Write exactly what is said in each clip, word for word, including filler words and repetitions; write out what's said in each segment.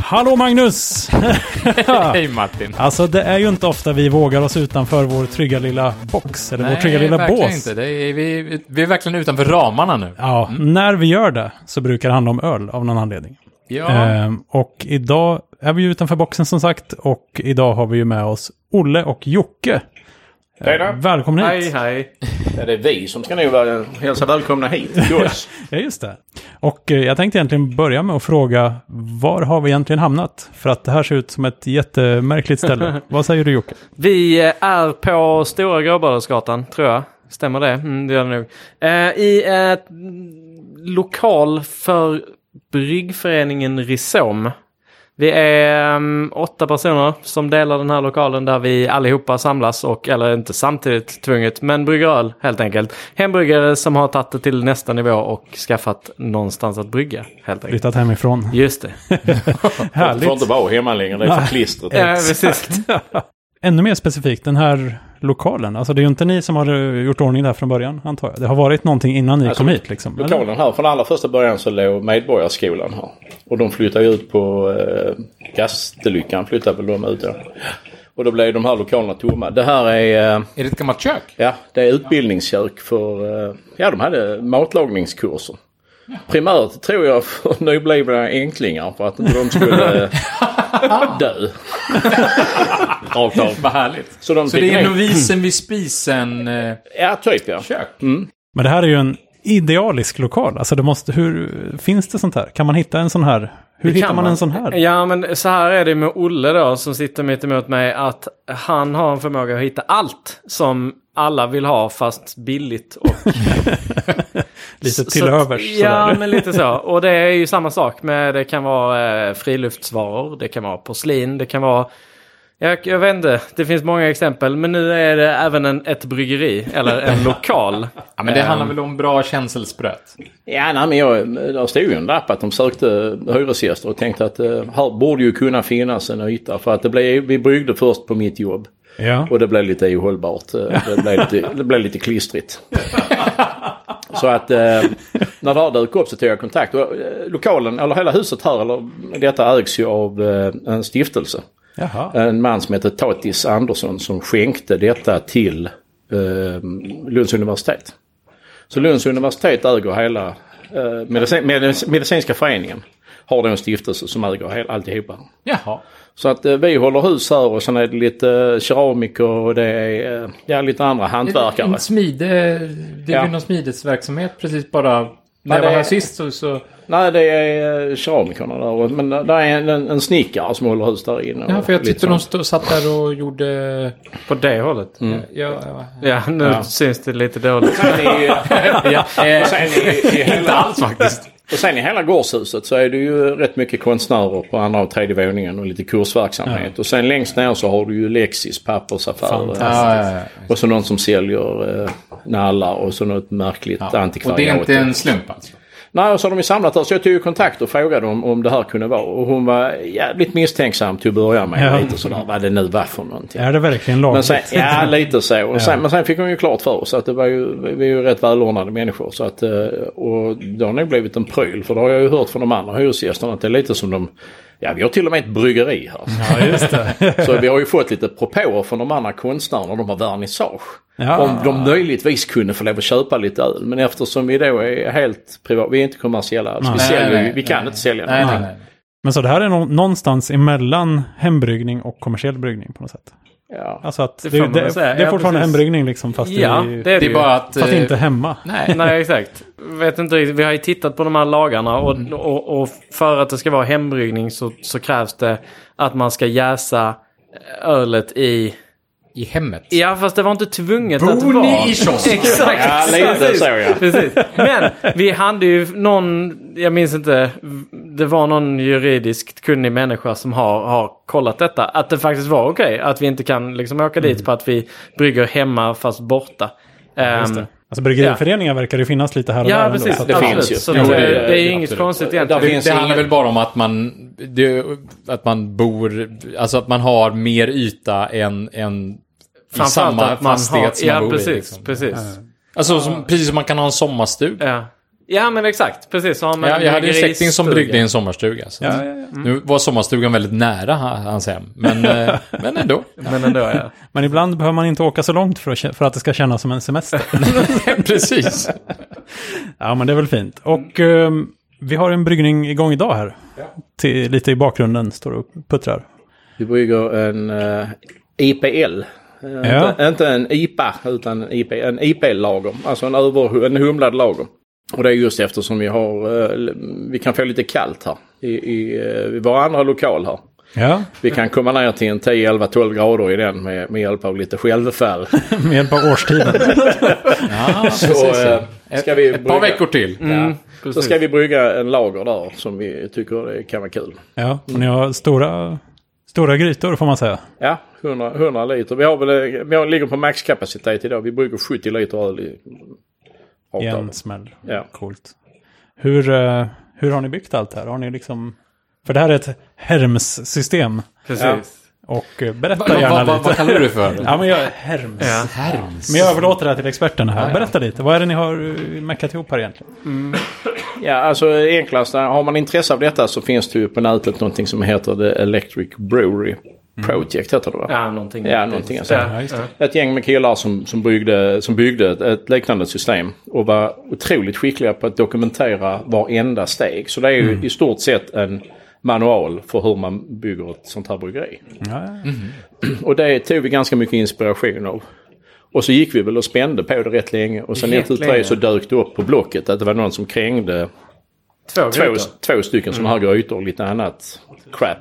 Hallå Magnus! Hej Martin! Alltså det är ju inte ofta vi vågar oss utanför vår trygga lilla box eller Nej, vår trygga lilla verkligen bås. Inte. Det är, vi, vi är verkligen utanför ramarna nu. Ja, mm. När vi gör det så brukar det handla om öl av någon anledning. Ja. Ehm, och idag är vi utanför boxen som sagt, och idag har vi ju med oss Olle och Jocke. Hej då. Välkomna hit. Hej, hej. Ja, det är vi som ska nog vara hälsa välkomna hit till oss. Ja, just det. Och eh, jag tänkte egentligen börja med att fråga, var har vi egentligen hamnat? För att det här ser ut som ett jättemärkligt ställe. Vad säger du, Jocke? Vi är på Stora Gråbrödersgatan, tror jag. Stämmer det? Mm, det gör det nog. Eh, I ett lokal för bryggföreningen Rhizom. Vi är um, åtta personer som delar den här lokalen där vi allihopa samlas och, eller inte samtidigt tvunget, men brygger öl helt enkelt. Hembryggare som har tagit det till nästa nivå och skaffat någonstans att brygga helt enkelt. Flyttat hemifrån. Just det. Härligt. Det får inte vara hemma längre, det är för klistret. Ja, precis. Ännu mer specifikt, den här lokalen. Alltså det är ju inte ni som har gjort ordning där från början, antar jag. Det har varit någonting innan ni alltså, kom hit liksom. Lokalen eller? Här, från allra första början så låg Medborgarskolan här. Och de flyttade ut på eh, Gastelyckan, flyttade väl de ut där. Och då blev de här lokalerna tomma. Det här är... Eh, är det ett gammalt kök? Ja, det är utbildningskök för... Eh, ja, de hade matlagningskurser. Ja. Primärt tror jag för nyblivna enklingar för att de skulle eh, dö. Rakt av. Vad härligt. Så, de så det är ner. Novisen vid spisen eh, ja, typ ja. Kök. Mm. Men det här är ju en idealisk lokal. Alltså det måste, hur finns det sånt här? Kan man hitta en sån här? Hur det hittar man, man en sån här? Ja, men så här är det med Olle då som sitter mitt emot mig, att han har en förmåga att hitta allt som alla vill ha fast billigt och lite till övers. Ja, men lite så. Och det är ju samma sak med, det kan vara eh, friluftsvaror, det kan vara porslin, det kan vara Jag, jag vet inte, det finns många exempel. Men nu är det även en, ett bryggeri. Eller en lokal. Ja, men det um, handlar väl om bra känselspröt. Ja, nej, men jag, där stod ju en lapp att de sökte hyresgäster. Och tänkte att uh, här borde ju kunna finnas en yta. För att det blev, vi bryggde först på mitt jobb. Ja. Och det blev lite ohållbart. Det blev lite, det blev lite klistrigt. Så att eh, när det här dök upp så tog jag kontakt. Och, eh, lokalen, eller hela huset här, eller detta ägs ju av eh, en stiftelse. Jaha. En man som heter Tatis Andersson som skänkte detta till eh, Lunds universitet. Så Lunds universitet äger hela eh, medicin, medic, medicinska föreningen. Har då en stiftelse som äger hela, alltihopa. Jaha. Så att eh, vi håller hus här och sen är det lite eh, keramiker och det är eh, ja, lite andra hantverkare. En smide, det är ja. någon smidesverksamhet precis bara när Nej, jag var här är, sist så, så... Nej, det är eh, keramikerna där. Men det är en, en, en snickare som håller hus där inne. Ja, för jag tyckte de stod, satt där och gjorde... På det hållet? Mm. Ja, ja, ja, nu ja. syns det lite dåligt. ja, och sen i, i hela, inte alls faktiskt. Och sen i hela gårdshuset så är det ju rätt mycket konstnärer på andra och tredje våningen och lite kursverksamhet. Ja. Och sen längst ner så har du ju Lexis pappersaffär. Ja, ja, ja. Och så någon som säljer eh, nallar och så något märkligt ja. antikvariat. Och det är inte en slump alltså? Nej, och så har de ju samlat där. Så jag tog ju kontakt och frågade om, om det här kunde vara. Och hon var jävligt misstänksam till att börja med. Ja. Lite sådär, vad det nu var för någonting. Är det verkligen lagligt? Men sen, ja, lite så. Och sen, ja. Men sen fick hon ju klart för oss att det var ju, vi är ju rätt välordnade människor. Så att, och det har nog blivit en pryl. För det har jag ju hört från de andra hyresgästerna att det är lite som de... Ja, vi har till och med ett bryggeri här. Ja, just det. Så vi har ju fått lite propåer från de andra konstnärerna. De har vernissage. Ja. Om de möjligtvis kunde få lov att köpa lite öl. Men eftersom vi då är helt privat, vi är inte kommersiella. Alltså vi, säljer, nej, nej, vi kan nej, inte sälja nej, nej, nej. Men så det här är nå- någonstans emellan hembryggning och kommersiell bryggning på något sätt. Ja. Alltså att det, det, det, det, det är fortfarande ja, hembryggning liksom, fast ja, det, det är, det är bara att... Fast inte hemma. Nej, nej exakt. Vet inte, vi har ju tittat på de här lagarna och, mm. och, och för att det ska vara hembryggning så, så krävs det att man ska jäsa ölet i... I hemmet. Ja, fast det var inte tvunget Bor att vara. Bor ni i kiosk? Exakt. Ja, lite så, ja. Precis. Men vi hade ju någon, jag minns inte, det var någon juridiskt kunnig människa som har, har kollat detta. Att det faktiskt var okej. Okay, att vi inte kan liksom åka dit mm. på att vi brygger hemma fast borta. Ja, just det. Alltså bryggeriföreningar ja. verkar det finnas lite här och ja, där. Precis. Det absolut. finns ju. Så ja, det, det, det, det är ju det, inget absolut. konstigt egentligen. Det, det handlar väl bara om att man det, att man bor, alltså att man har mer yta än, än i samma att man fastighet har, som ja, man bor precis, i. Liksom. Precis. Ja. Alltså som, precis som man kan ha en sommarstuga. Ja. Ja, men exakt. Precis. Så har man Ja, jag hade en släkting som bryggeristuga. bryggde i en sommarstuga. Så. Ja, ja, ja. Mm. Nu var sommarstugan väldigt nära hans hem. Men, eh, men ändå. Men ändå, ja. Men ibland behöver man inte åka så långt för att, kä- för att det ska kännas som en semester. Precis. Ja, men det är väl fint. Och ehm, vi har en bryggning igång idag här. Till, lite i bakgrunden står och puttrar. Vi brygger en uh, I P L. Uh, Ja. inte, inte en I P A utan en I P, en I P L-lager. Alltså en, över, en humlad lager. Och det är just eftersom vi har, uh, vi kan få lite kallt här. I, i, uh, i våra andra lokal här. Ja, Vi kan komma ner till en tio, elva, tolv grader i den med, med hjälp av lite självfärg. med hjälp av årstiden. Ja, Så precis. uh, ska vi Ett par brygga, veckor till. Mm, ja, så ska vi brygga en lager där som vi tycker det kan vara kul. Ja, och ni har stora, stora grytor får man säga. Ja, hundra, hundra liter. Vi har väl, vi har, ligger på maxkapacitet idag. Vi brygger sjuttio liter öl i I rakt av. en smäll. Ja. Coolt. Hur, eh, hur har ni byggt allt här? Har ni liksom... För det här är ett Herms-system. Precis. Och eh, berätta Vad gärna va, va, lite. vad kallar du det för? Ja, men jag är Herms. Ja. Herms. Men jag överlåter det här till experterna här. Ja, ja. Berätta lite. Vad är det ni har eh, meckat ihop här egentligen? Ja, alltså enklast, har man intresse av detta så finns det ju på nätet någonting som heter The Electric Brewery Project, heter det va? Ja, någonting. Ja, någonting alltså. Ja, just det. Ett gäng med killar som, som, byggde, som byggde ett, ett liknande system och var otroligt skickliga på att dokumentera varenda steg. Så det är ju Mm. i stort sett en manual för hur man bygger ett sånt här bryggeri. Ja, ja. Och det tog vi ganska mycket inspiration av. Och så gick vi väl och spände på det rätt länge. Och sen Rätt ett, tu, tre länge. så dök det upp på blocket att det var någon som krängde Två två, grytor. två stycken sådana här grytor och lite annat crap.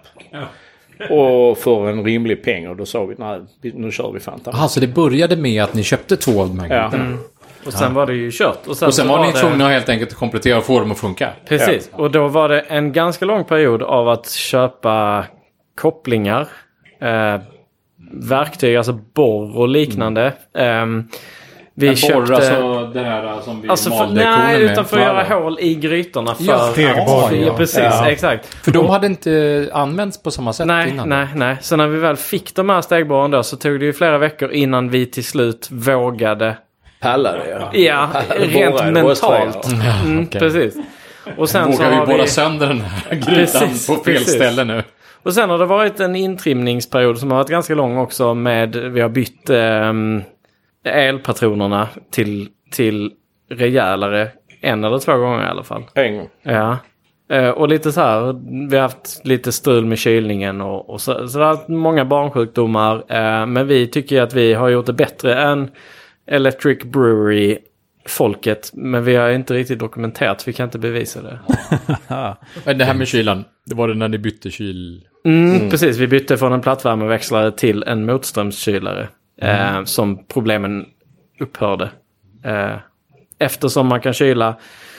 Och för en rimlig peng. Och då sa vi, nej, vi- nu kör vi fan. Aha, så det började med att ni köpte två av de här Ja. grytorna. Och sen var det ju kört. Och sen, Och sen så var ni det... tvungna helt enkelt att komplettera och få dem att funka. Precis. Och då var det en ganska lång period av att köpa kopplingar. Eh, verktyg, alltså borr och liknande. Ehm, vi En köpte... borr, alltså det här som vi Alltså för, malde nej, kornen med. utan för att Ja. göra hål i grytorna. För, Ja, stegborr, ja, ja. precis, Ja. exakt. För de hade inte använts på samma sätt Nej, innan. nej, nej. Så när vi väl fick de här stegborren då så tog det ju flera veckor innan vi till slut vågade. Pallade ja. Ja, rent Borra, mentalt. rostfria. Mm, okej. Precis. Och sen så Vågar vi har borra vi... sönder den här grytan Precis, på fel precis. ställe nu? Och sen har det varit en intrimningsperiod som har varit ganska lång också med, vi har bytt ähm, elpatronerna till, till rejälare en eller två gånger i alla fall. En gång. Ja. Eh, och lite så här, vi har haft lite strul med kylningen och, och så, så det har varit många barnsjukdomar. Eh, men vi tycker att vi har gjort det bättre än Electric Brewery folket. Men vi har inte riktigt dokumenterat, vi kan inte bevisa det. Men det här med kylan, det var det när ni bytte kyl... Mm, Precis, vi bytte från en plattvärmeväxlare till en motströmskylare. Eh, som problemen upphörde. Eh, eftersom man kan kyla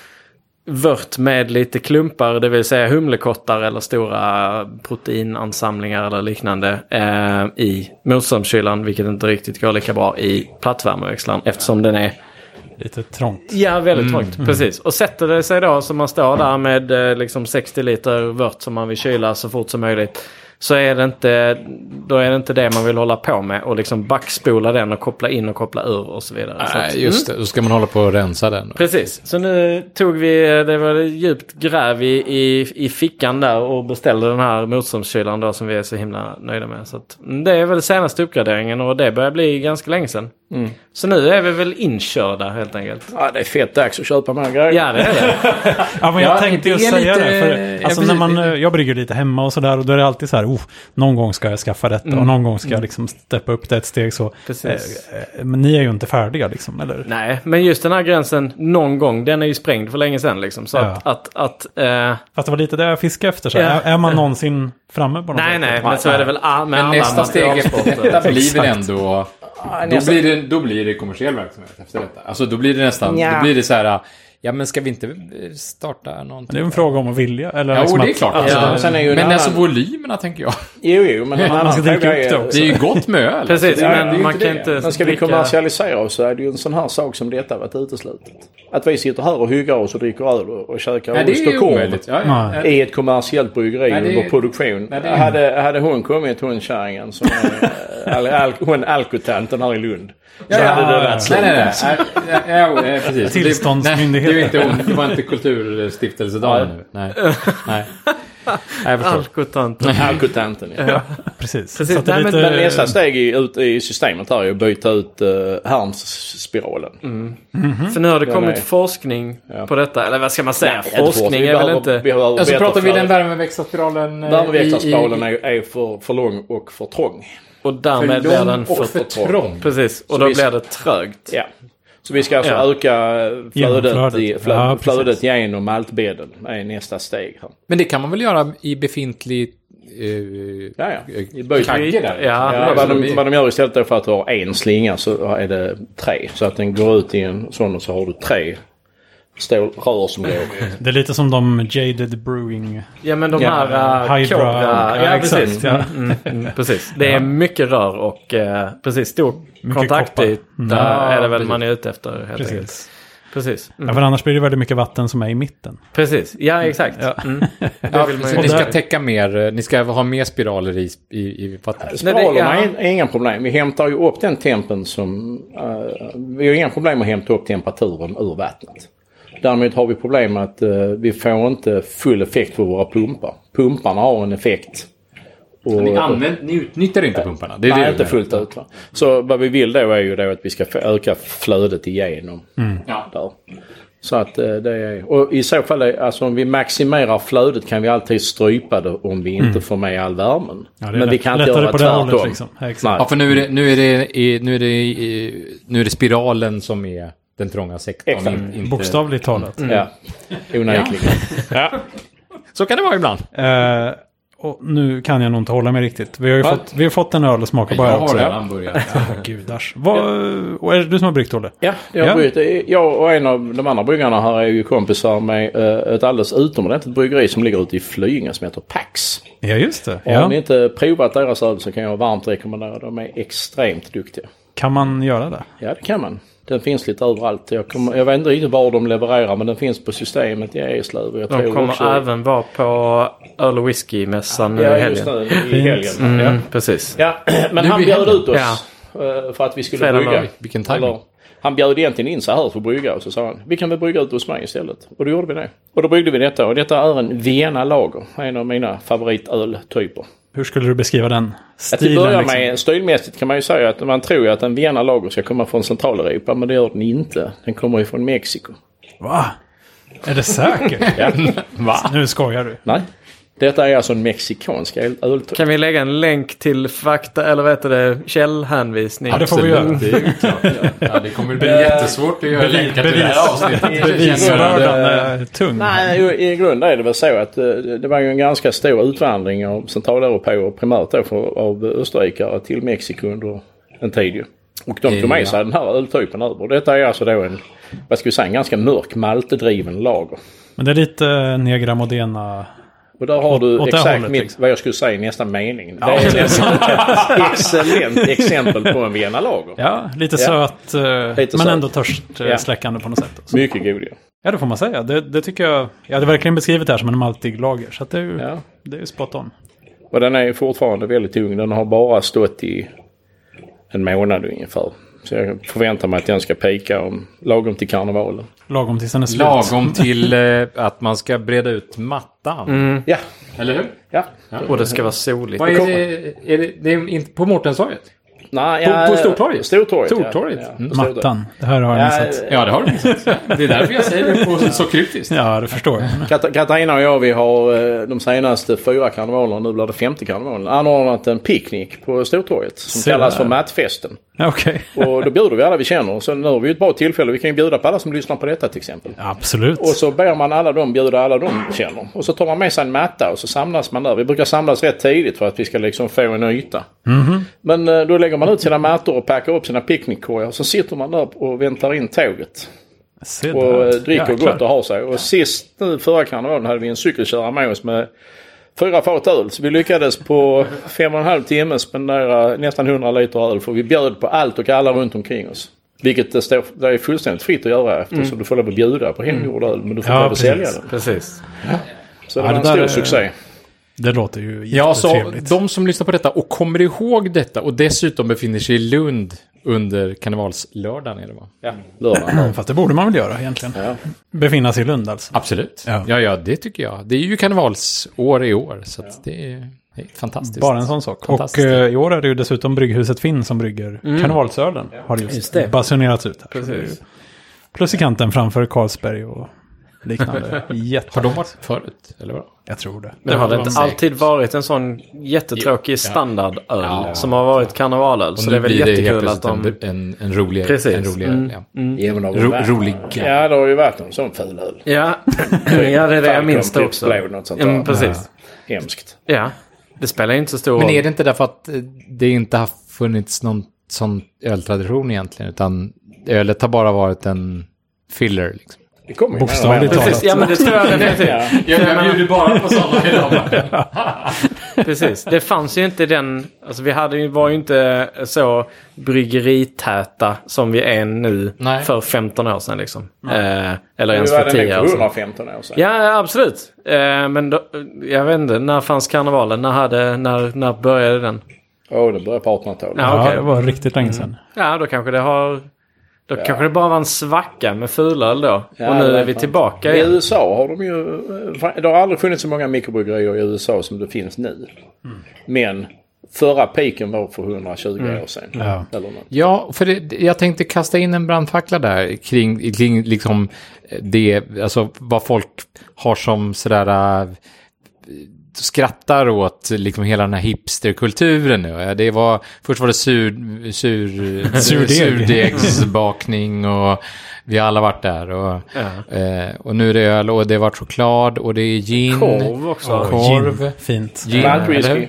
vört med lite klumpar, det vill säga humlekottar eller stora proteinansamlingar eller liknande eh, i motströmskylan, vilket inte riktigt går lika bra i plattvärmeväxlaren eftersom den är Lite trångt. ja, väldigt trångt. Precis. Och sätter det sig då som man står där med eh, liksom sextio liter vört som man vill kyla så fort som möjligt, så är det inte, då är det inte det man vill hålla på med och liksom backspola den och koppla in och koppla ur och så vidare. Så att- Nej, just det. Då ska man hålla på och rensa den. Precis, så nu tog vi, det var djupt gräv i, i, i fickan där och beställde den här motståndskylan då som vi är så himla nöjda med. Så att, det är väl senaste uppgraderingen och det börjar bli ganska länge sedan. Mm. Så nu är vi väl inkörda helt enkelt. Ja, det är fett dags att köpa med grejer. Ja, det är det. Ja, men jag Ja, tänkte det just är säga lite- det. För, ja, alltså, precis. när man, eh, jag brygger lite hemma och sådär. Och då är det alltid så här, oh, någon gång ska jag skaffa detta. Och någon gång ska jag liksom steppa upp det ett steg så. Precis. Eh, eh, men ni är ju inte färdiga liksom, eller? Nej, men just den här gränsen någon gång, den är ju sprängd för länge sedan liksom. Så Ja. att, att, att eh, Fast det var lite det jag fiskade efter. Så. Ja. Är, är man någonsin framme på något nej, sätt? nej, men så är det väl all, med Men alla nästa steg efter materialsporter. detta blir väl Exakt. ändå... Då nästa- blir, det, då blir det kommersiell verksamhet efter detta. Alltså då blir det nästan... Ja. Då blir det så här... Ja, men ska vi inte eh, starta någonting? Det är en fråga om att vilja. Eller Ja, liksom och det är att- klart. Ja, Alltså. sen är ju en Men annan- alltså volymerna tänker jag. Jo, jo, men en Man annan ska dricka fråga upp det är- också. Det är ju gott med öl. Precis, Alltså, det är- men det är ju man inte kan det. inte Men ska vi dricka- kommersialisera oss så är det ju en sån här sak som detta varit uteslutet. Att vi sitter här och hyggar oss och dricker öl och, och käkar Nej, det ost är och ju korv omöjligt. Ja, ja. Nej. i ett kommersiellt bryggeri Nej, det är- under produktion. Nej, det är- hade, hade hon kommit, hon kärringen som är, al, al, hon alkotanten här i Lund. Så Ja, ja, hade det ja, varit Nej, nej, nej. slut. Ja, ja, ja, precis. Tillståndsmyndigheten ju inte, det var inte kulturstiftelsedagen nu. Nej. Nej. Nej, Alkotanten. Alkotanten, ja. Precis. Precis. Så att det är Nej, lite... Men nästa steg i, ut, i systemet här är att byta ut uh, Hermsspiralen. Mm. Mm-hmm. För nu har det kommit är... forskning ja. på detta. Eller vad ska man säga? Nej, forskning vi är behöver, väl inte... Vi alltså pratar vi den värmeväxlarspiralen? Värmeväxlarspiralen är, är för, för lång och för trång. Och därmed för blir den för, för trång. Precis. Och så då vi... blir det trögt. Ja. Så vi ska alltså ja. öka flödet, flödet. I, flö, Ja, flödet genom maltbädden. Det är nästa steg här. Men det kan man väl göra i befintlig uh, ja, ja. I kagge där. Ja, ja, vad, de, vad de gör istället då för att ha en slinga så är det tre. Så att den går ut i en sån och så har du tre stålrör som går. Det är lite som de Jaded Brewing. Ja, men de ja. här uh, Cobra. Ja, ja, precis. exakt, ja. Mm, mm, precis. Det är ja. mycket rör och uh, precis stor mycket kontaktyta mm. ja, är det väl precis. man är ute efter. Helt precis. enkelt. Precis. Mm. Ja, för annars blir det väldigt mycket vatten som är i mitten. Precis. Ja, exakt. Ja. Mm. Ja, vill man så ju. ni ska där... täcka mer, ni ska ha mer spiraler i, i, i vattnet. Spiralerna ja. är, är inga problem. Vi hämtar ju upp den tempen som... Uh, vi har inga problem att hämta upp temperaturen ur vattnet. Däremot har vi problem med att uh, vi får inte full effekt på våra pumpar. Pumparna har en effekt. Och, ni, använder, ni utnyttjar inte pumparna? Det är nej, det inte fullt ut. Va? Så vad vi vill då är ju då att vi ska öka flödet igenom. Mm. Ja. Där. Så att det är... Och i så fall, är, alltså om vi maximerar flödet kan vi alltid strypa det om vi inte mm. får med all värmen. Ja, men vi kan inte göra på tvärtom. hållet, liksom. Ja, ja, för nu är det, nu är det, i, nu är det, i, nu är det spiralen som är den trånga sektorn. In, inte... Bokstavligt talat. Mm. Ja, onekligen. Ja. Så kan det vara ibland. Uh, och nu kan jag nog inte hålla mig riktigt. Vi har ju fått, vi har fått en öl och smaka bara också. Jag har redan börjat. Ja, gudars. Vad, och är det du som har bryggt, Olle? Ja, jag har bryggt. Jag och en av de andra bryggarna här är ju kompisar med uh, ett alldeles utomordentligt bryggeri som ligger ute i Flyinge som heter Pax. Ja, just det. Ja. Ja. Om ni inte provat deras öl så kan jag varmt rekommendera. De är extremt duktiga. Kan man göra det? Ja, det kan man. Den finns lite överallt. Jag, kommer, jag vet inte riktigt var de levererar men den finns på systemet i Eslöv. Jag de tror kommer också... även vara på öl och whisky-mässan ja, i helgen. Ja, just nu i helgen. Mm, ja. Precis. Ja, men nu han bjöd ut oss ja. för att vi skulle Fredag brygga. Vilken timing. Han bjöd egentligen in så här för att brygga och så sa han, vi kan väl brygga ut hos mig istället. Och då gjorde vi det. Och då bryggde vi detta och detta är en Vienna lager. En av mina favoritöltyper. Hur skulle du beskriva den stilen? Att börja liksom? med stilmässigt kan man ju säga att man tror ju att en Vienna lager ska komma från Centraleuropa men det gör den inte. Den kommer ju från Mexiko. Va? Är det säkert? Ja. Va? Nu skojar du. Nej. Detta är alltså en mexikansk öltyp. Kan vi lägga en länk till fakta eller vad heter det, källhänvisning? Ja, det får vi göra. Det är ju klart. Ja. Ja, det kommer bli jättesvårt att göra länkar till det här avsnittet. Bevisbördan är tung. Nej, i grund är det väl så att det var ju en ganska stor utvandring av centraleuropeer primärt då för, av österrikare till Mexiko under en tid ju. Och de tog med sig ja. den här öltypen över. Detta är alltså då en, vad ska vi säga, en ganska mörk maltedriven lager. Men det är lite Negra Modena... Och där har du Åt exakt hållet, mitt, liksom. vad jag skulle säga i nästa mening. Ja. Det är ett excellent exempel på en Vienna lager. Ja, lite ja. söt eh, lite men söt. ändå törstsläckande ja. på något sätt. Också. Mycket god ja. Ja, det får man säga. Det, det tycker jag... Jag hade verkligen beskrivit det här som en maltig lager. Så att det är ju, ja. det är ju spot on. Och den är fortfarande väldigt ung. Den har bara stått i en månad ungefär. Så jag förväntar mig att den ska pika om lagom till karnevalen. Lagom till sen är slut. Lagom till eh, att man ska breda ut mattan. Mm. Ja. Eller hur? Ja. Ja. Och det ska vara soligt. Vad är det? Är det, det är inte på Mårtenstorget? Nej, på, ja, på Stortorget? Stortorget, Stortorget. Ja. Mm. Mattan. Det här har jag ja, missat. Ja, det har du missat. Det är därför jag säger det på så kryptiskt. Ja, det förstår jag. Kat- Katarina och jag, vi har de senaste fyra karnevalerna, nu blir det femte karnevalen, anordnat en picknick på Stortorget som Se kallas där. för Mattfesten. Okej. Och då bjuder vi alla vi känner. Så nu har vi ett bra tillfälle. Vi kan ju bjuda på alla som lyssnar på detta till exempel. Absolut. Och så ber man alla dem bjuda alla de känner. Och så tar man med sig en matta och så samlas man där. Vi brukar samlas rätt tidigt för att vi ska liksom få en yta. Mm-hmm. Men eh, då lägger man ut sina mattor och packar upp sina picknickkorgar. Så sitter man där och väntar in tåget. Se Och där. eh, dricker Jäklar. gott och har sig. Och sist nu förra karnevalen hade vi en cykelkörare med oss med fyra fat öl. Så vi lyckades på fem och en halv timme spendera nästan hundra liter öl. För vi bjöd på allt och alla runt omkring oss. Vilket det, står, det är fullständigt fritt att göra eftersom mm. du får lov att bjuda på hemgjord öl. Men du får Ja, lov att precis. sälja den. Precis. Så det Ja, var det en där stor är- succé. Det låter ju Ja, så jättetrevligt. de som lyssnar på detta och kommer ihåg detta och dessutom befinner sig i Lund under karnevalslördagen är det va? Ja, lördagen. Fast det borde man väl göra egentligen. Ja. Befinna sig i Lund alltså. Absolut. Ja. Ja. ja, det tycker jag. Det är ju karnevalsår i år, så att det, är, det är fantastiskt. Bara en sån sak. Och Fantastiskt. eh, i år är det ju dessutom Brygghuset Finn som brygger mm. karnevalsölen. Har just, Just det. basunerats ut här. Precis. Plus i kanten framför Carlsberg och liknande. Jätte. Har de varit förut, eller vad? Jag tror det. Men har det inte var alltid varit en sån jättetråkig Ja. standardöl Ja. som har varit karnevalöl? Och Så nu det är väl blir det helt jättekul att de... plötsligt en, en, en rolig... Precis. En rolig Mm. ja. Ja, men det har Ro, varit- rolig... Ja, det har ju varit någon sån ful öl. Ja, ja det är det jag minns det Falcon också. Blå, något sånt Mm, där. precis. Hemskt. Ja, det spelar ju inte så stor Men roll. är det inte därför att eh, det inte har funnits någon sån öltradition egentligen, utan ölet har bara varit en filler liksom? Det kommer ju Bokstavligt med- talat. Precis, ja men det tror jag definitivt. Ja. Jag bjuder bara på sådana idag. Precis, det fanns ju inte den, alltså vi hade ju, var ju inte så bryggeritäta som vi är nu. Nej. För femton år sedan liksom. Eh, eller ens Det var för den tio år för sedan. hundrafemton år sedan. Ja, absolut. Eh, men då, jag vet inte, när fanns karnevalen? När, hade, när, när började den? Åh, det började på artonhundratalet. Ja, Ja, okej. det var riktigt länge sedan. Ja, då kanske det har... Då Ja. kanske det bara var en svacka med fulöl då. Ja, och nu det är vi fan. tillbaka I igen. U S A har de ju... Det har aldrig funnits så många mikrobryggerier i U S A som det finns nu. Mm. Men förra piken var för hundratjugo år sedan. Ja. Eller något. Ja, för det, jag tänkte kasta in en brandfackla där kring, kring liksom det, alltså vad folk har som sådär äh, skrattar åt liksom hela den här hipsterkulturen nu. Ja, det var, först var det sur, sur, Surdeg. surdegsbakning och vi har alla varit där. Och, Ja. eh, och nu är det öl och det har varit choklad och det är gin. Korv också. Korv. Gin. Fint. Gin, Maltwhisky. eller hur?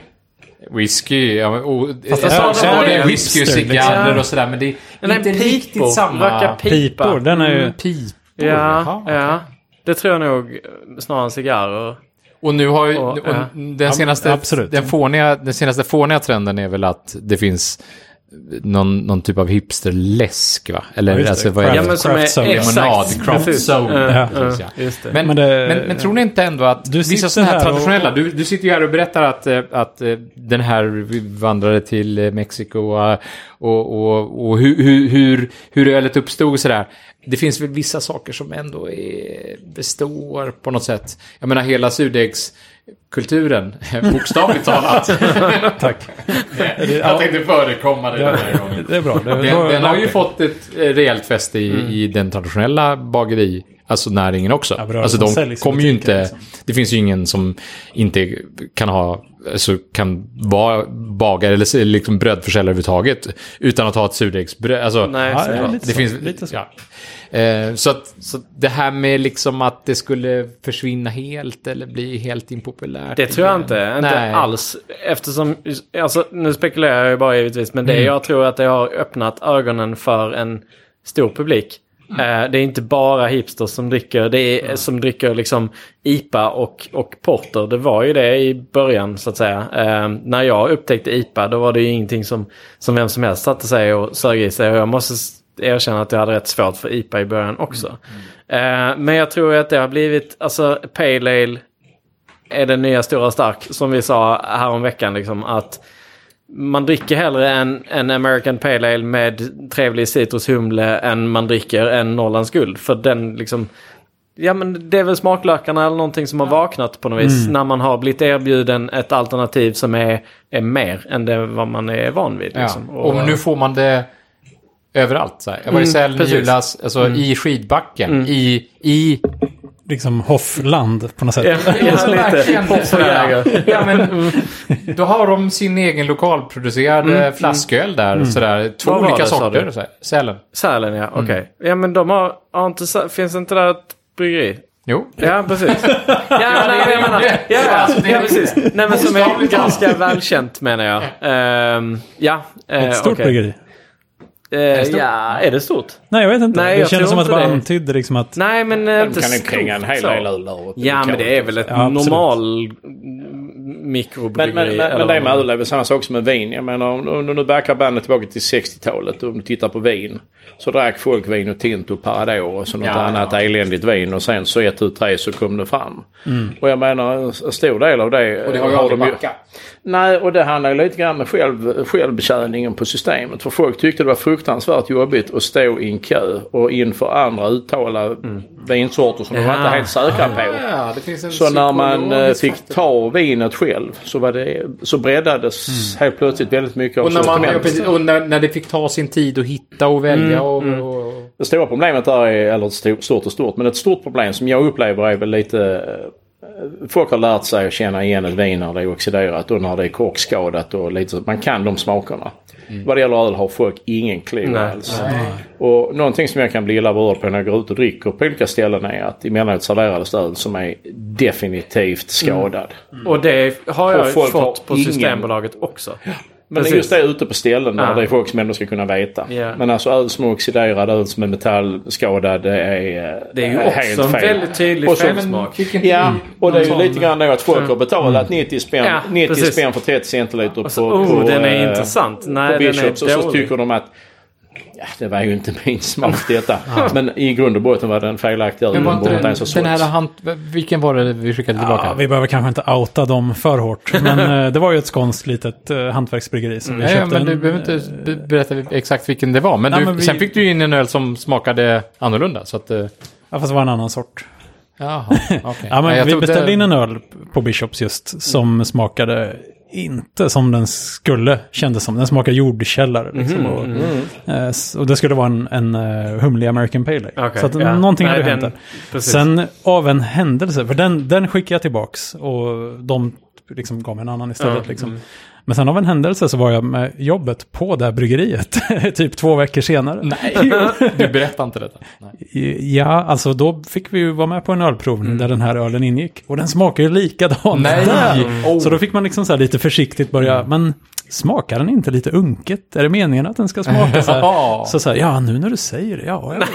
Whisky, ja men oh, Fast jag det sa är- det det är är whisky och hipster, cigarrer liksom. och sådär, men det är Den är inte pipor. riktigt samma. Röka pipa. Pipor, den är ju... Mm, pipor. Ja, Jaha, ja. okej. Det tror jag nog snarare än cigarrer. Och nu har ju, Och, och ja. den senaste, absolut. den fåniga, den senaste fåniga trenden är väl att det finns någon, någon typ av hipsterläsk, va? Eller Ja, just det. alltså, vad är Craft- det? Ja, men som är Craft soda. exakt. Lemonad, craft Precis. soda. Ja, Precis, ja, ja. just det. Men, Men men, det- men, tror ni inte ändå att Du vissa sitter sådana här här och- traditionella, du, du sitter ju här och berättar att, eh, att eh, den här vandrade till eh, Mexiko eh, och, och, och hur, hur, hur, hur ölet uppstod och sådär. Det finns väl vissa saker som ändå är, består på något sätt. Jag menar hela surdegskulturen, bokstavligt talat. Tack. Jag tänkte förekomma det den här gången. Det är bra. Det, Den, då- den har ju fått ett eh, rejält fäste i, i den traditionella bageri, alltså näringen också. Ja, bra. Alltså De de säljs i kommer ju butiker, inte, liksom. det finns ju ingen som inte kan ha, alltså kan vara bagare eller så- liksom brödförsäljare överhuvudtaget utan att ha ett surdegsbröd. Alltså, Nej, Ja, såklart. lite det så, finns lite så. Ja. Eh, så, att, så det här med liksom att det skulle försvinna helt eller bli helt impopulärt. Det tror jag inte. Inte Nej. alls. Eftersom, alltså nu spekulerar jag ju bara givetvis, men det Mm. jag tror att det har öppnat ögonen för en stor publik. Mm. Eh, det är inte bara hipsters som dricker, det är Mm. som dricker liksom I P A och, och porter. Det var ju det i början så att säga. Eh, när jag upptäckte I P A då var det ju ingenting som, som vem som helst satte sig och sög i sig. Och jag måste s- erkänna att jag hade rätt svårt för I P A i början också. Eh, men jag tror att det har blivit, alltså Pale Ale är den nya stora stark, som vi sa här om veckan liksom, att man dricker hellre en, en American Pale Ale med trevlig citrushumle än man dricker en Norrlands Guld. För den liksom, ja men det är väl smaklökarna eller någonting som har vaknat på något vis när man har blivit erbjuden ett alternativ som är, är mer än det vad man är van vid. Liksom. Ja. Och nu får man det överallt. Så här. Jag var i Mm, Sälen i precis. julas, alltså i skidbacken, i, i liksom Hoffland på något sätt. Ja, ja, lite. verkligen Hoppjägare. sådär. Ja, men, då har de sin egen lokalproducerade flasköl där. Sådär. Två Vad var olika det, sa sorter. du? Så här. Sälen. Sälen, ja, okej. Ja men de har, har inte, sa- finns inte där ett bryggeri? Jo. Ja, precis. Ja, nej, det är jag menar, det. ja, Alltså, det är ja, det. precis. Nej, men som är Bokstavligt talat. ganska välkänt menar jag. Ehm, ja, eh, Ett stort okej. bryggeri. Eh, stort? Ja, är det stort? Nej, jag vet inte. Nej, det jag kändes tror som att det inte bara det. antydde liksom att... Nej, men eh, De inte kan ju stort kränga en hel så. del öl där uppe. Ja, men det är väl ett Ja, absolut. normal Men, mikrobryggeri. men, men, eller men det är med vad- öl är väl samma sak som med vin. Jag menar om, om du nu backar bandet tillbaka till sextiotalet och om du tittar på vin. Så drack folk vin och Tinto och Parador och så något Ja, annat ja. eländigt vin. Och sen så ett, tu, tre så kom det fram. Och jag menar en stor del av det, Och det har ju har aldrig de ju, backat. Nej, och det handlar ju lite grann med själv, självbetjäningen på systemet. För folk tyckte det var fruktansvärt jobbigt att stå i en kö och inför andra uttala mm. vinsorter som ja. de var inte helt säkra på. Ja, det finns en så när man fick ta vinet själv så, var det, så breddades mm. helt plötsligt väldigt mycket av och när, sortiment. man, och när, när det fick ta sin tid att hitta och välja. Och, mm. och... Det stora problemet där är, eller stort och stort, men ett stort problem som jag upplever är väl lite... Folk har lärt sig att känna igen ett vin när det är oxiderat och när det är korkskadat och lite så. Man kan de smakerna. Mm. Vad det gäller öl har folk ingen clue alls. Nej. Och någonting som jag kan bli illa berörd på när jag går ut och dricker på olika ställen är att emellanåt serverades öl som är definitivt skadad. Mm. Och det har jag fått på ingen... Systembolaget också. Men precis. Just det ute på ställen där ja. det är folk som ändå ska kunna veta. Yeah. Men alltså öl som är oxiderad, öl som är metallskadad, det är Det är ju också helt en fel. väldigt tydlig självsmak. Ja, och det är ju lite grann då att folk har betalat mm. nittio spänn, ja, nittio spänn för trettio centiliter på, så, oh, på, den är äh, intressant. Nej, på Bishops. Och så tycker de att ja, det var ju inte min smak detta. Ja. Men i grund och botten var det en felaktig öl. Men var inte den, den, den här hand, vilken var det vi skickade tillbaka? Ja, vi behöver kanske inte outa dem för hårt. Men det var ju ett skånskt litet uh, hantverksbryggeri som mm. vi köpte. Ja, men du behöver inte berätta exakt vilken det var. Men, ja, du, men vi... sen fick du in en öl som smakade annorlunda. Så att, uh... Ja, fast det var en annan sort. Jaha, okay. Ja, men ja, vi beställde det... in en öl på Bishops just som mm. smakade inte som den skulle, kändes som. Den smakade jordkällare. Liksom, mm, och, mm. Eh, och det skulle vara en, en uh, humlig American Pale Ale. Okay, så att ja. någonting hade hänt där. Sen av en händelse, för den, den skickade jag tillbaks och de liksom gav mig en annan istället. Mm, liksom. Mm. Men sen av en händelse så var jag med jobbet på det här bryggeriet typ två veckor senare. Nej, du berättade inte detta. Nej. Ja, alltså då fick vi ju vara med på en ölprovning mm. där den här ölen ingick. Och den smakar ju likadant. Nej. Oh. Så då fick man liksom så här lite försiktigt börja, mm. men smakar den inte lite unket? Är det meningen att den ska smaka så här? Så så här, ja nu när du säger det, ja jag vet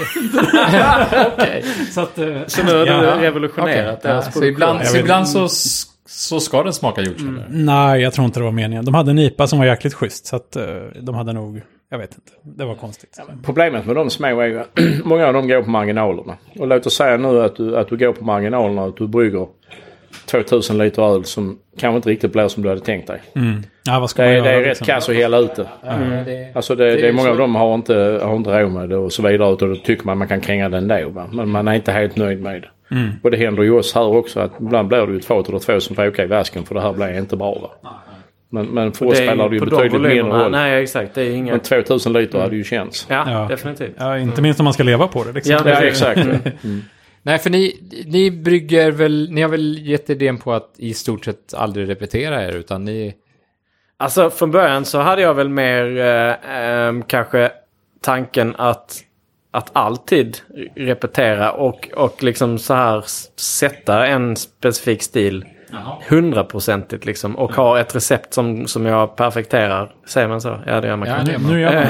inte. Okay. Så, att, så nu har du ja. revolutionerat. Okay. Ja, så ibland, så, ibland så... Så ska den smaka jordkällare? Mm, nej, jag tror inte det var meningen. De hade en I P A som var jäkligt schysst. Så att uh, de hade nog... Jag vet inte. Det var konstigt. Ja, problemet med de små är ju att många av dem går på marginalerna. Och låt oss säga nu att du, att du går på marginalerna och att du brygger tvåtusen liter öl som kanske inte riktigt blir som du hade tänkt dig. Mm. Ja, vad ska det, man göra, det är liksom? rätt kass att hela ute. Mm. Det, alltså det, det, det är många så... av dem har inte, har inte råd med det och så vidare. Och då tycker man man kan kränga den då. Va? Men man är inte helt nöjd med det. Mm. Och det händer ju oss här också att ibland blir det ju ett fat eller två som får åka i väsken för det här blir inte bra. Va? Men, men för oss spelar det ju betydligt mindre roll. Nej, exakt. Det är inga... Men tvåtusen liter mm. hade ju känts. Ja, ja, definitivt. Ja, inte minst om man ska leva på det. Liksom. Ja, ja, exakt. Mm. Nej, för ni, ni brygger väl... Ni har väl gett idén på att i stort sett aldrig repetera er, utan ni... Alltså, från början så hade jag väl mer eh, eh, kanske tanken att... att alltid repetera och, och liksom så här sätta en specifik stil hundraprocentigt liksom och ha ett recept som, som jag perfekterar. Säger man så? Ja, det gör man ja, kanske. Nu gör man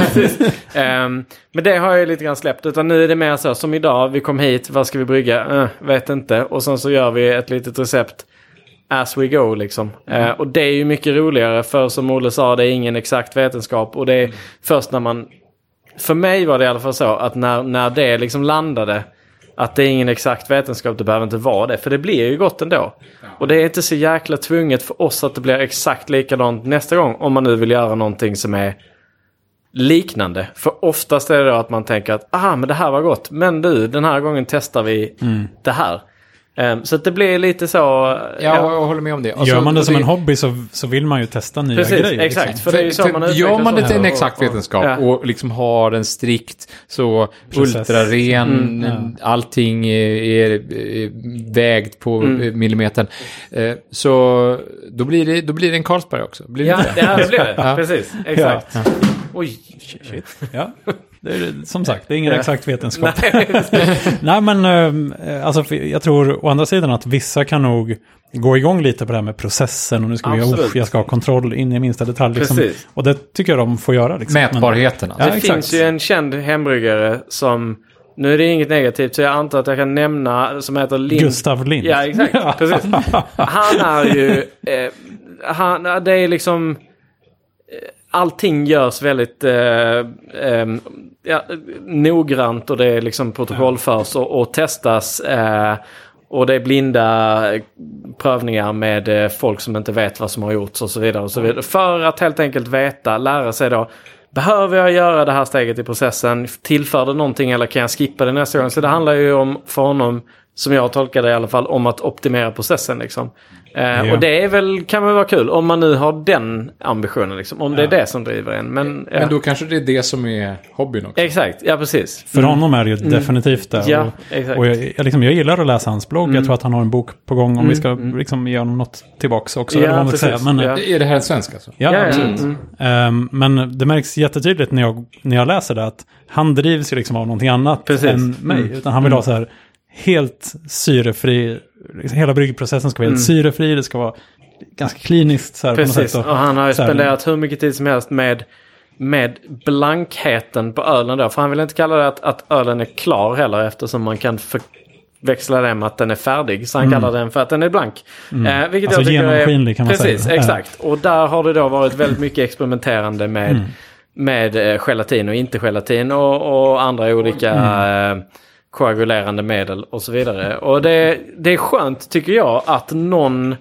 ja, um, men det har jag lite grann släppt. Utan nu är det mer så, som idag, vi kom hit, vad ska vi brygga? Uh, vet inte. Och sen så gör vi ett litet recept as we go liksom. Mm. Uh, och det är ju mycket roligare för som Olle sa, det är ingen exakt vetenskap. Och det är mm. först när man... För mig var det i alla fall så att när, när det liksom landade att det är ingen exakt vetenskap, det behöver inte vara det. För det blir ju gott ändå. Ja. Och det är inte så jäkla tvunget för oss att det blir exakt likadant nästa gång. Om man nu vill göra någonting som är liknande. För oftast är det då att man tänker att ah, men det här var gott. Men du, den här gången testar vi mm. det här. Um, så att det blir lite så... Ja, jag håller med om det. Alltså, gör man det som det... en hobby så, så vill man ju testa nya Precis, grejer. Exakt, liksom. för det är ju så för, man för Gör man det till en exakt och, och, vetenskap och, ja. och liksom har en strikt så process. Ultraren, mm, ja. allting är, är vägt på mm. millimetern. Eh, så då blir, det, då blir det en Carlsberg också. Blir det ja, inte det? Ja, det blir det. Ja. Precis, exakt. Ja. Ja. Oj, shit. Ja. Det är, som sagt, det är ingen exakt vetenskap. Nej, men alltså, jag tror å andra sidan att vissa kan nog gå igång lite på det här med processen. Och nu ska vi, oh, jag ska ha kontroll in i minsta detalj. Liksom. Och det tycker jag de får göra. Liksom. Mätbarheten. Alltså. Ja, det exakt. Finns ju en känd hembryggare som... Nu är det inget negativt, så jag antar att jag kan nämna, som heter Lind. Gustav Lind. Ja, exakt. Precis. Han är ju... Eh, han, det är liksom... Allting görs väldigt eh, eh, ja, noggrant och det är liksom protokollförs och, och testas eh, och det är blinda prövningar med eh, folk som inte vet vad som har gjorts och så vidare och så vidare. För att helt enkelt veta, lära sig då, behöver jag göra det här steget i processen? Tillför det någonting eller kan jag skippa det nästa gång? Så det handlar ju om, för honom, som jag tolkar det i alla fall, om att optimera processen liksom. Eh, ja. Och det är väl, kan väl vara kul om man nu har den ambitionen liksom, om det ja. är det som driver en. Men, ja. men då kanske det är det som är hobbyn också. Exakt, ja precis. För mm. honom är det ju mm. definitivt det. Ja, och exakt. och jag, jag, liksom, jag gillar att läsa hans blogg. Mm. Jag tror att han har en bok på gång om mm. vi ska mm. liksom, ge honom något tillbaks också. Ja, eller säga. Men, ja. Är det här svenska? Alltså? Ja, ja, absolut. Mm. Um, men det märks jättetydligt när jag, när jag läser det att han drivs ju liksom av någonting annat precis. än mig. Mm. Utan han vill mm. ha så här helt syrefri, liksom, hela bryggprocessen ska vara helt mm. syrefri, det ska vara ganska kliniskt så här, precis. på något sätt. Och, och han har ju spenderat hur mycket tid som helst med, med blankheten på ölen då. För han vill inte kalla det att, att ölen är klar heller, eftersom man kan förväxla det med att den är färdig. Så han mm. kallar den för att den är blank. Mm. Eh, vilket alltså jag genomskinlig kan man precis, säga. Precis, exakt. Och där har det då varit väldigt mycket experimenterande med, mm. med eh, gelatin och inte gelatin och, och andra olika mm. eh, koagulerande medel och så vidare. Och det, det är skönt tycker jag att någon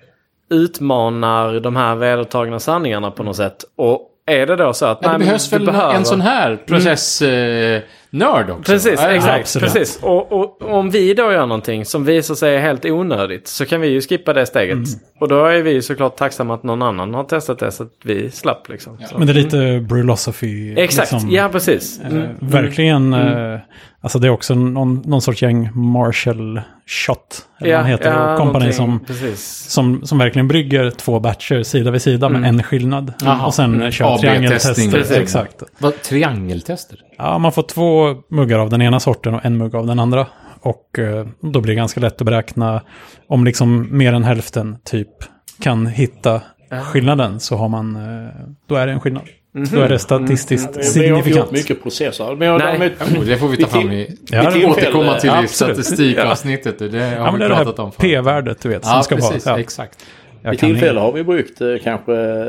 utmanar de här vedertagna sanningarna på något sätt. Och är det då så att... Ja, det nej, behövs väl behöver... en sån här processnörd mm. eh, också? Precis, ja, exakt. Precis. Och, och, och om vi då gör någonting som visar sig helt onödigt så kan vi ju skippa det steget. Mm. Och då är vi såklart tacksamma att någon annan har testat det så att vi slapp liksom. Ja. Men det är lite mm. brulosophy. Exakt, liksom, ja precis. Mm. Eh, verkligen... Mm. Eh, alltså det är också någon, någon sorts gäng Marshall Shot. Eller ja, vad heter ja, det? Company som, som, som verkligen brygger två batcher sida vid sida med mm. en skillnad. Aha. Och sen mm. kör triangeltester. Exakt. Vad, triangeltester? Ja, man får två muggar av den ena sorten och en mugg av den andra. Och eh, då blir det ganska lätt att beräkna om liksom mer än hälften typ kan hitta skillnaden så har man, eh, då är det en skillnad. Mm-hmm. Då är det statistiskt mm. signifikant. Vi har gjort mycket processer. Men jag, Nej, därmed, det får vi ta fram i. Ja, vi återkomma till i statistikavsnittet. Det har ja, vi det pratat om. P-värdet du vet. Ja, som ska precis. Vara, ja. Exakt. I tillfälle har vi brukt eh, kanske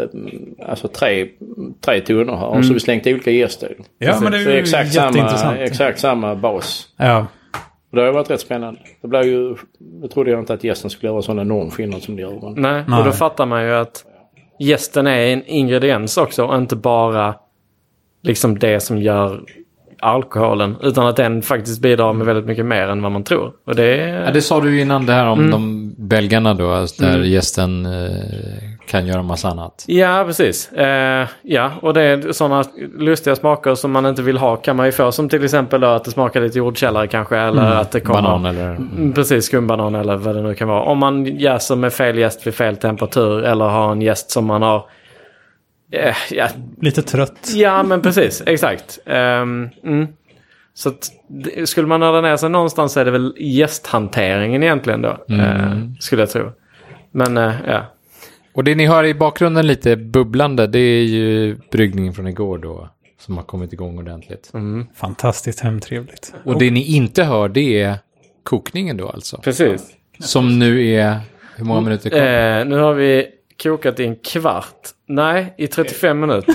alltså tre, tre tunnor här. Mm. Och så har vi slängt olika gäster. Ja, precis. Men det är ju exakt jätteintressant. Samma, exakt samma bas. Ja. Och det har varit rätt spännande. Det blev ju, jag trodde jag inte att gästen skulle göra sån enorm skillnad som det gör. Men... Nej, Nej, och då fattar man ju att gästen är en ingrediens också och inte bara liksom det som gör alkoholen, utan att den faktiskt bidrar med väldigt mycket mer än vad man tror. Och det, är... ja, det sa du ju innan det här om mm. de belgarna då, alltså där mm. gästen eh, kan göra massa annat. Ja, precis. Eh, ja, och det är sådana lustiga smaker som man inte vill ha kan man ju få, som till exempel då att det smakar lite jordkällare kanske, eller mm. att det kommer... Banan eller... Mm. Precis, skumbanan eller vad det nu kan vara. Om man jäser med fel jäst vid fel temperatur eller har en jäst som man har Uh, ja. Lite trött. Ja, men precis. Exakt. Um, mm. Så att, skulle man nörda ner sig någonstans så är det väl gästhanteringen egentligen då. Mm. Uh, skulle jag tro. Men uh, ja. Och det ni hör i bakgrunden lite bubblande, det är ju bryggningen från igår då. Som har kommit igång ordentligt. Mm. Fantastiskt hemtrevligt. Och det ni inte hör, det är kokningen då alltså. Precis. Som nu är, hur många minuter kvar? Uh, nu har vi kokat i en kvart. Nej, i trettiofem minuter.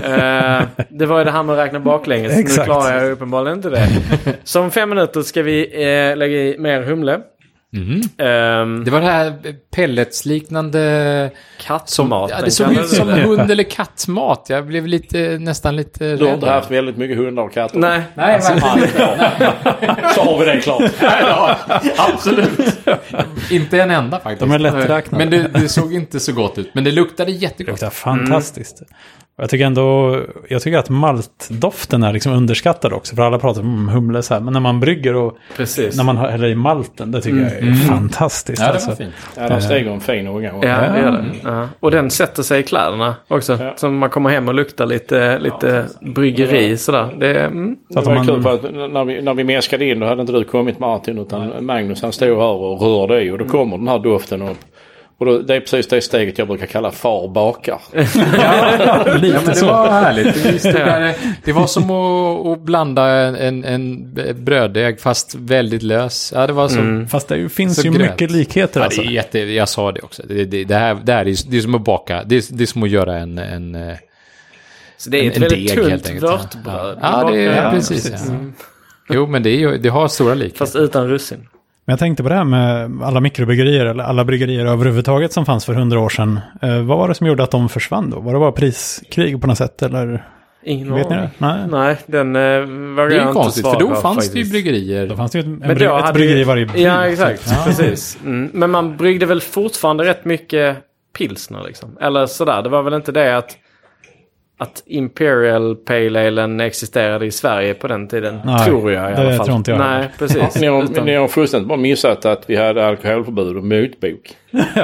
uh, det var ju det här med att räkna baklänges. Nu klarar jag uppenbarligen inte det. Så om fem minuter ska vi uh, lägga i mer humle. Mm. Um, det var det här pelletsliknande kattmat. Som, ja, det såg ut som hund- eller kattmat. Jag blev lite, nästan lite Du har inte haft väldigt mycket hundar och katter. Nej. Nej, alltså, så har vi det klart. Ja, absolut. Inte en enda faktiskt. De är lätträknade. Men det, det såg inte så gott ut. Men det luktade jättegott. Det luktade fantastiskt. Mm. Jag tycker ändå, jag tycker att maltdoften är liksom underskattad också. För alla pratar om humle så här. Men när man brygger och precis. När man häller i malten, det tycker mm. jag är mm. fantastiskt. Ja, det alltså. var fint. Ja, de steger en fin unga. Ja, det gör det. Ja. Och den sätter sig i kläderna också. Ja. Så man kommer hem och luktar lite, lite bryggeri ja. Sådär. Det, mm. så att det var man... kul för att när vi, när vi mäskade in då hade inte du kommit Martin utan Magnus han stod här och rörde i och då kommer den här doften upp. Och då, det är precis det steget jag brukar kalla far bakar. ja, ja, men det så. Var härligt. Det, det, där, det var som att, att blanda en, en bröddeg fast väldigt lös. Ja, det var så. Mm. Fast det finns ju grönt. Mycket likheter. Ja, alltså. det är jätte, jag sa det också. Det, det, det, här, det här är, det är som att baka. Det är, det är som att göra en... en så det är en, ett väldigt tunt vörtbröd. Ja, ja, det är ja, precis. Ja. Mm. Jo, men det, är, det har stora likheter. Fast utan russin. Men jag tänkte på det här med alla mikrobryggerier eller alla bryggerier överhuvudtaget som fanns för hundra år sedan. Eh, vad var det som gjorde att de försvann då? Var det bara priskrig på något sätt eller? Ingen Vet ni det? Nej. Nej, den eh, var Det är ju konstigt, för då svag, fanns faktiskt. det ju bryggerier. Då fanns det ju ett, en Men bry- då ett hade bryggeri i ju- varje by. Ja, exakt. Ja. Precis. Mm. Men man bryggde väl fortfarande rätt mycket pilsner liksom. Eller sådär. Det var väl inte det att att Imperial Pale Alen existerade i Sverige på den tiden. Nej, tror jag i alla det fall. tror inte jag. Nej, precis. Ni har, Utan- ni har fullständigt bara missat att vi hade alkoholförbud och motbok.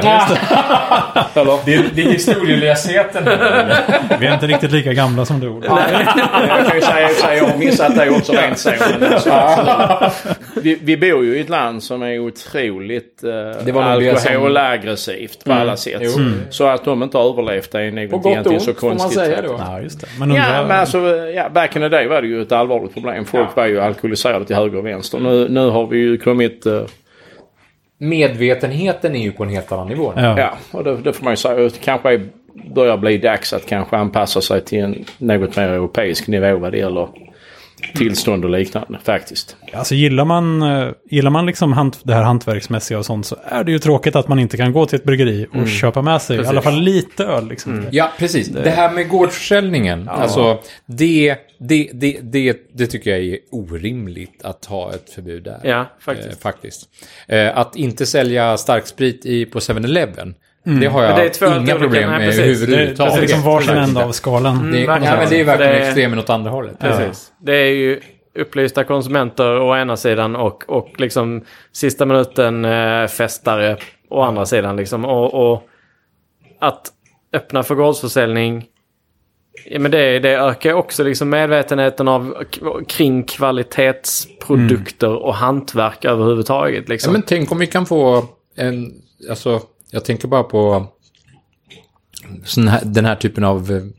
Eller? Det är, det är historielösheten. Vi är inte riktigt lika gamla som du. Jag kan ju säga att jag har missat det också rent så. Men alltså, absolut. vi, vi bor ju i ett land som är otroligt Det uh, var nog det som- alkoholaggressivt på alla sätt. Jo. Så att de inte har överlevt är nog På inte gott och egentligen ont så får man konstigt. säga då. Ja, just det. Men Ja, undrar, men alltså, ja, back in the day var det ju ett allvarligt problem. Folk var ju alkoholiserade till höger och vänster. Nu, nu har vi ju kommit... Uh, Medvetenheten är ju på en helt annan nivå. ja. ja, och det, det får man ju säga. Det kanske är, börjar bli dags att kanske anpassa sig till en något mer europeisk nivå vad det gäller tillstånd och liknande faktiskt. Alltså gillar man, eh, gillar man liksom hant, det här hantverksmässiga och sånt så är det ju tråkigt att man inte kan gå till ett bryggeri och köpa med sig i alla fall lite öl. Liksom. Ja, precis. Det, det här med gårdsförsäljningen, ja. alltså det, det, det, det, det tycker jag är orimligt att ha ett förbud där. Ja, faktiskt. Eh, faktiskt. Eh, att inte sälja starksprit i, på seven eleven, det har Men jag det är två inga olika- problem nej, med precis. Det, det överhuvudtaget. är liksom varsin Faktiskt. ända av skalan. Det, verkligen. ja, men det är verkligen För det- extremen åt andra hållet. Precis. Det är ju upplysta konsumenter å ena sidan och, och liksom sista minuten eh, festare å andra sidan. Liksom. Och, och att öppna för gårdsförsäljning, ja, men det, det ökar också liksom medvetenheten av, kring kvalitetsprodukter och hantverk överhuvudtaget. Liksom. Ja, men tänk om vi kan få en, alltså jag tänker bara på sån här, den här typen av eh,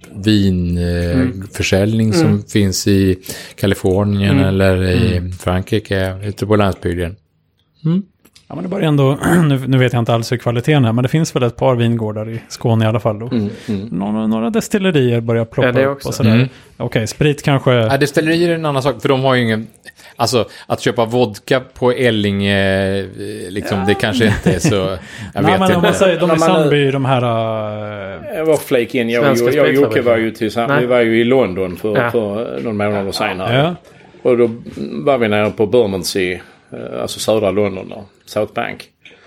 vinförsäljning eh, Mm. som finns i Kalifornien Mm. eller i mm. Frankrike, ute på landsbygden. Mm. Ja, men det börjar ändå, nu, nu vet jag inte alls hur kvaliteten är, men det finns väl ett par vingårdar i Skåne i alla fall då. Mm, mm. Några, några destillerier börjar ploppa Ja, det upp också. och sådär. Mm. Okej, sprit kanske... Ja, destillerier är en annan sak, för de har ju ingen... Alltså, att köpa vodka på Ellinge, eh, liksom, det kanske inte är så... Jag Nej, vet men om man inte. säger, de När i man- Sandby, de här... äh, Jag var flake in. Jag, Svenska jag, jag och Jocke spritfabriken. var ju tillsammans. Nej. Vi var ju i London för, Ja. för någon månad sedan. här. ja. Och då var vi nere på Bermondsey, eh, alltså södra London där, South Bank.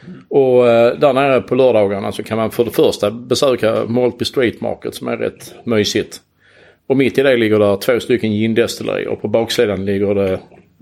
Och eh, där nere på lördagarna så kan man för det första besöka Maltby Street Market som är rätt mysigt. Och mitt i det ligger där två stycken gindestillerier och på baksidan ligger det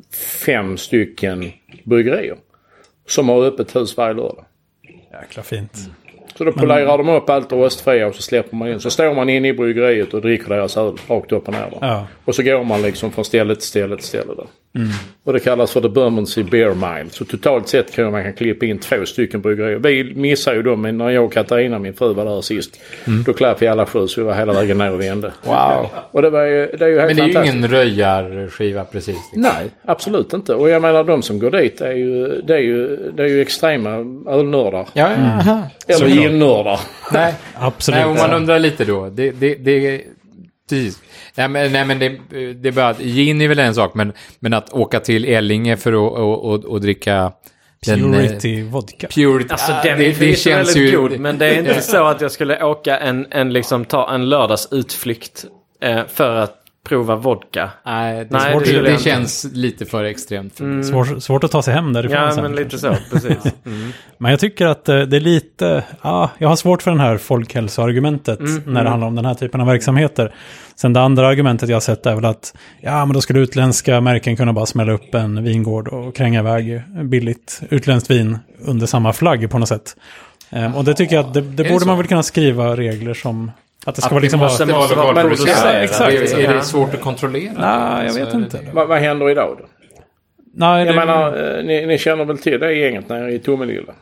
fem stycken bryggerier som har öppet hus varje lördag. Jäkla fint. Så då polerar de upp allt rostfria och så släpper man in. Så står man inne i bryggeriet och dricker deras öl rakt upp och ner. Ja. Och så går man liksom från ställe till ställe till ställe där. Mm. Och det kallas för The Bermondsey Beer Mile. Så totalt sett kan man kan klippa in två stycken bryggerier. Vi missade ju dem, men när jag och Katarina, min fru, var där sist. Mm. Då klappade vi alla sju så vi var hela vägen ner och vände. Wow. Och det, var ju, det är ju helt Men det är ju fantastiskt. ingen röjarskiva precis. Liksom. Nej, absolut inte. Och jag menar de som går dit är ju, det är ju, det är ju extrema ölnördar. Ja, ja. Eller gin-nördar. Nej. Absolut. Nej, om man undrar lite då. Det, det, det, precis. Nej, men, nej, men det, det är bara att gin är väl en sak, men, men att åka till Ellinge för att och, och, och dricka den, Purity vodka. Purity. Alltså Ah, den det, är det förvisso känns väldigt ju... god, men det är inte så att jag skulle åka en, en liksom ta en lördagsutflykt eh, för att prova vodka. Nej, det, Nej, svårt, det det, skulle jag det inte. känns lite för extremt. För mig. Svår, svårt att ta sig hem därifrån Ja, sen. men lite så, precis. Mm. Men jag tycker att eh, det är lite... Ja, jag har svårt för den här folkhälsoargumentet Mm, när det handlar om den här typen av verksamheter. Sen det andra argumentet jag har sett är väl att ja, men då skulle utländska märken kunna bara smälla upp en vingård och kränga iväg billigt utländskt vin under samma flagg på något sätt. Um, och det tycker jag att det, det det borde så? man väl kunna skriva regler som... Att det ska Att vara liksom... det måste vara, måste vara vara lokalproducerat. producerat. Exakt. Är, är Ja. det svårt att kontrollera? Nej, jag Så vet är inte. det- Vad, vad händer idag då? Nej, Jag det, menar, eh, ni, ni känner väl till det gänget nere i Tomelilla?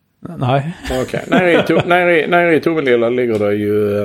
nej. Okej. Nere i, To- nere, i- nere i Tomelilla ligger det ju...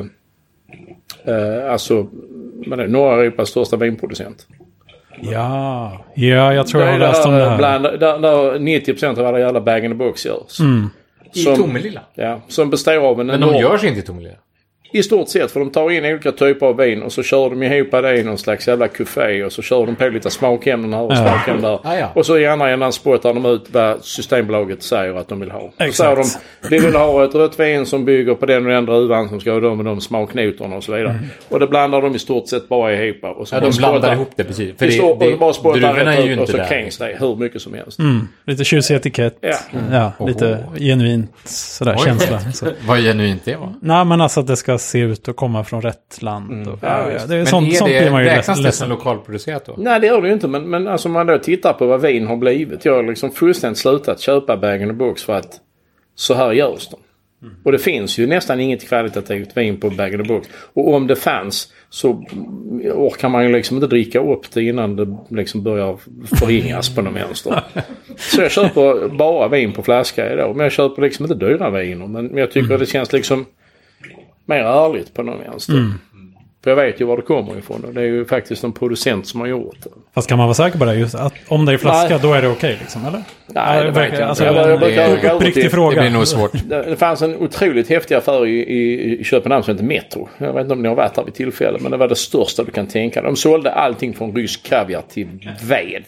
Eh, alltså, vad är det? Norra Europas största vinproducent. Ja, ja, jag tror jag har Där- läst om det här. Bland, där, där nittio procent av alla jävla bag in the box görs. Mm. I Som- Tomelilla. Ja, som består av en Men enorm... de görs inte i Tomelilla. I stort sett, för de tar in olika typer av vin och så kör de ihop det i någon slags jävla kafé och så kör de på lite smakämnen här och ja. smakämnen där. Ah, ja. Och så gärna en annan spottar de ut vad Systembolaget säger att de vill ha. Exakt. Så säger de, vi vill ha ett rött vin som bygger på den och den druvan som ska ha de och de smaknoterna och så vidare. Mm. Och det blandar de i stort sett bara ihop. Och så ja, de blandar spottar, ihop det precis. För det, står, det, och bara spottar är ju inte och så krängs det hur mycket som helst. Mm. Lite tjusig etikett. Ja, mm. ja oh. lite genuint sådär Oj. känsla. Så. Vad är genuint det var? Nej, men alltså att det ska se ut och komma från rätt land. Mm. Och, ja, ja, det är men sånt, är sånt det, blir man ju räknas det som lokalproducerat då? Nej, det gör det ju inte. Men, men alltså man då tittar på vad vin har blivit. Jag har liksom fullständigt slutat köpa bag-in-a-box för att så här görs de. Mm. Och det finns ju nästan inget kvalitativt vin på bag-in-a-box. Och om det fanns så orkar man ju liksom inte dricka upp det innan det liksom börjar förringas på någon vänster. Så jag köper bara vin på flaska idag. Men jag köper liksom inte dyra viner. Men jag tycker mm. det känns liksom mer ärligt på någon vänster. Mm. För jag vet ju var det kommer ifrån. Och det är ju faktiskt en producent som har gjort det. Fast kan man vara säker på det? Just att om det är flaska, nej. Då är det okej okay, liksom, eller? Nej, det vet jag alltså, inte. Jag, jag brukar gå till fråga. Det blir nog svårt. Det, det fanns en otroligt häftig affär i, i, i Köpenhamn som heter Metro. Jag vet inte om ni har varit där vid tillfälle, men det var det största du kan tänka. De sålde allting från rysk kaviar till ved.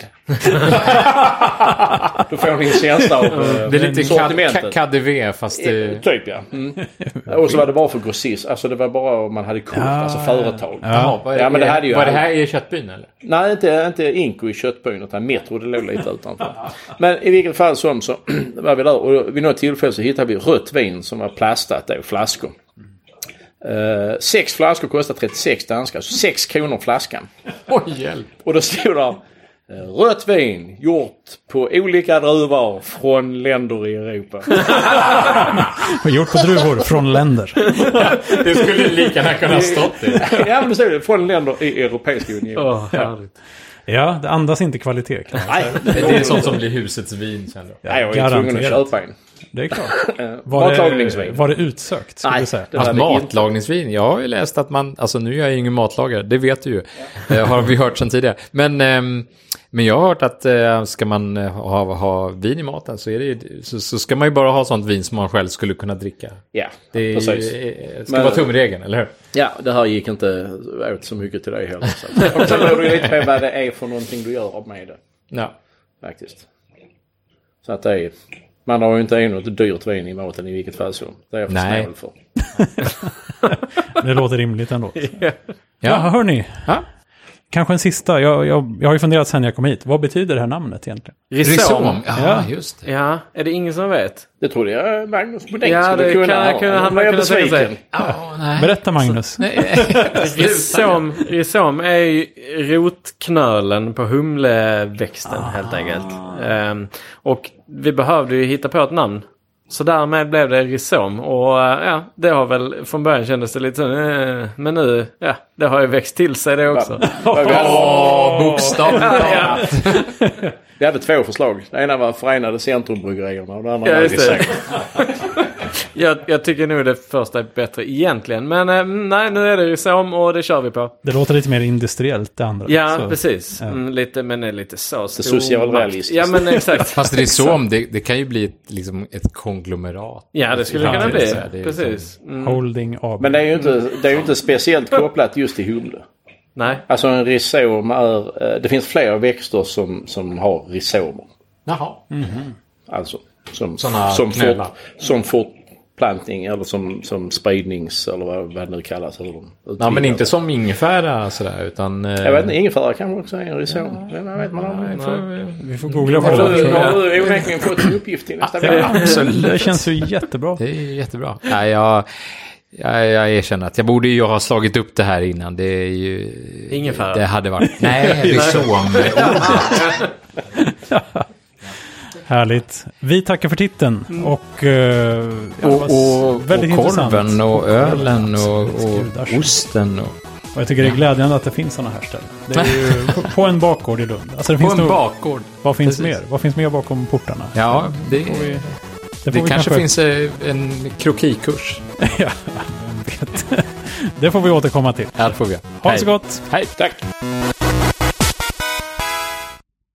Då får ni en känsla av det är lite sortimentet. K D V fast det... Typ, ja. Mm. Och så var det bara för grossist. Alltså det var bara om man hade kort, ja, alltså företag. Ja, ja, ja men det hade ju... Var det här i Köttbyn eller? Nej, inte, inte Inko i Köttbyn utan Metro, det låg lite utanför. Men i vilket fall som så var vi där och vid något tillfälle så hittade vi rött vin som var plastat där, flaskor. Uh, sex flaskor kostar trettiosex danskar, så sex kronor flaskan. Oj, hjälp. Och då stod där uh, rött vin gjort på olika druvor från länder i Europa. Gjort på druvor från länder. Det skulle lika gärna kunna stått det. Ja, men det stod det från länder i Europeiska unionen. Oh, härligt. Ja, det andas inte kvalitet. Nej, det är sånt som blir husets vin sen då. Ja, jag är tvungen att köpa en. Det är klart. Var matlagningsvin. Det, var det utsökt? Nej, säga? det alltså, matlagningsvin. Jag har ju läst att man, alltså nu är jag ju ingen matlagare, det vet du ju. uh, har vi hört sedan tidigare. Men, um, men jag har hört att uh, ska man ha, ha vin i maten så, är det, så, så ska man ju bara ha sånt vin som man själv skulle kunna dricka. Ja, det precis. Det ska men, vara tumregeln, eller hur? Ja, det här gick inte åt så mycket till dig heller. Så. Och sen beror det lite på vad det är för någonting du gör med det. Ja. Faktiskt. Så att det är... Man har ju inte ännu ett dyrt vin i maten i vilket fall så. Det är jag för snäll för. Det låter rimligt ändå. Ja, ja hörni. Ja? Kanske en sista. Jag, jag, jag har ju funderat sen jag kom hit. Vad betyder det här namnet egentligen? Rhizom. Ja, ja, just det. Ja, är det ingen som vet? Det trodde jag Magnus Bodin ja, skulle kunna kan, ha. Kan, han var besviken. Oh, Berätta Magnus. Rhizom, rhizom är ju rotknölen på humleväxten ah. helt enkelt. Um, och vi behövde ju hitta på ett namn. Så därmed blev det rhizom. Och ja, det har väl från början kändes det lite så, äh, men nu, ja, det har ju växt till sig det också. Åh, oh, bokstavligt. Vi hade två förslag. Det ena var Förenade Centrumbryggerierna och det andra ja, var rhizom. jag, jag tycker nog det första är bättre egentligen. Men äh, nej, nu är det rhizom och det kör vi på. Det låter lite mer industriellt det andra. Ja, så. Precis. Ja. Mm, lite, men är lite så stor. Socialrealistiskt. Ja, men exakt. Fast rhizom, det, det kan ju bli ett, liksom ett konglomerat. Ja, det skulle ja, kunna bli. Det precis. Mm. Holding av. Men det är ju inte, det är ju inte speciellt kopplat just till humle. Nej. Alltså en rhizom är... Det finns flera växter som, som har rhizomer. Jaha. Mm-hmm. Alltså som, Såna som, fort, som fortplantning eller som, som spridnings eller vad, vad det nu kallas. Eller ja, men inte som ingefära sådär utan... Jag vet inte, ingefära kanske också är en rhizom. Ja. Vet man om nej, får, vi får googla för det. Har du onekligen fått en uppgift i nästa vecka? Ja, absolut. Det känns ju jättebra. Det är jättebra. Ja, jag... Jag, jag erkänner att jag borde ju ha slagit upp det här innan. Det är ju... Ingefära. Det hade varit... Nej, rhizom. Härligt. Vi tackar för titeln. Mm. Och, uh, och, och, väldigt och korven och ölen och, och osten. Och... och jag tycker det är glädjande att det finns sådana här ställen. Det är ju på, på en bakgård i Lund. Alltså det på finns en nog, bakgård. Vad finns Precis. mer? Vad finns mer bakom portarna? Ja, det, det, vi, det, det kanske, kanske finns en krokikurs. Ja, jag vet. Det får vi återkomma till. Ja, det får vi. Ha det så gott. Hej. Tack.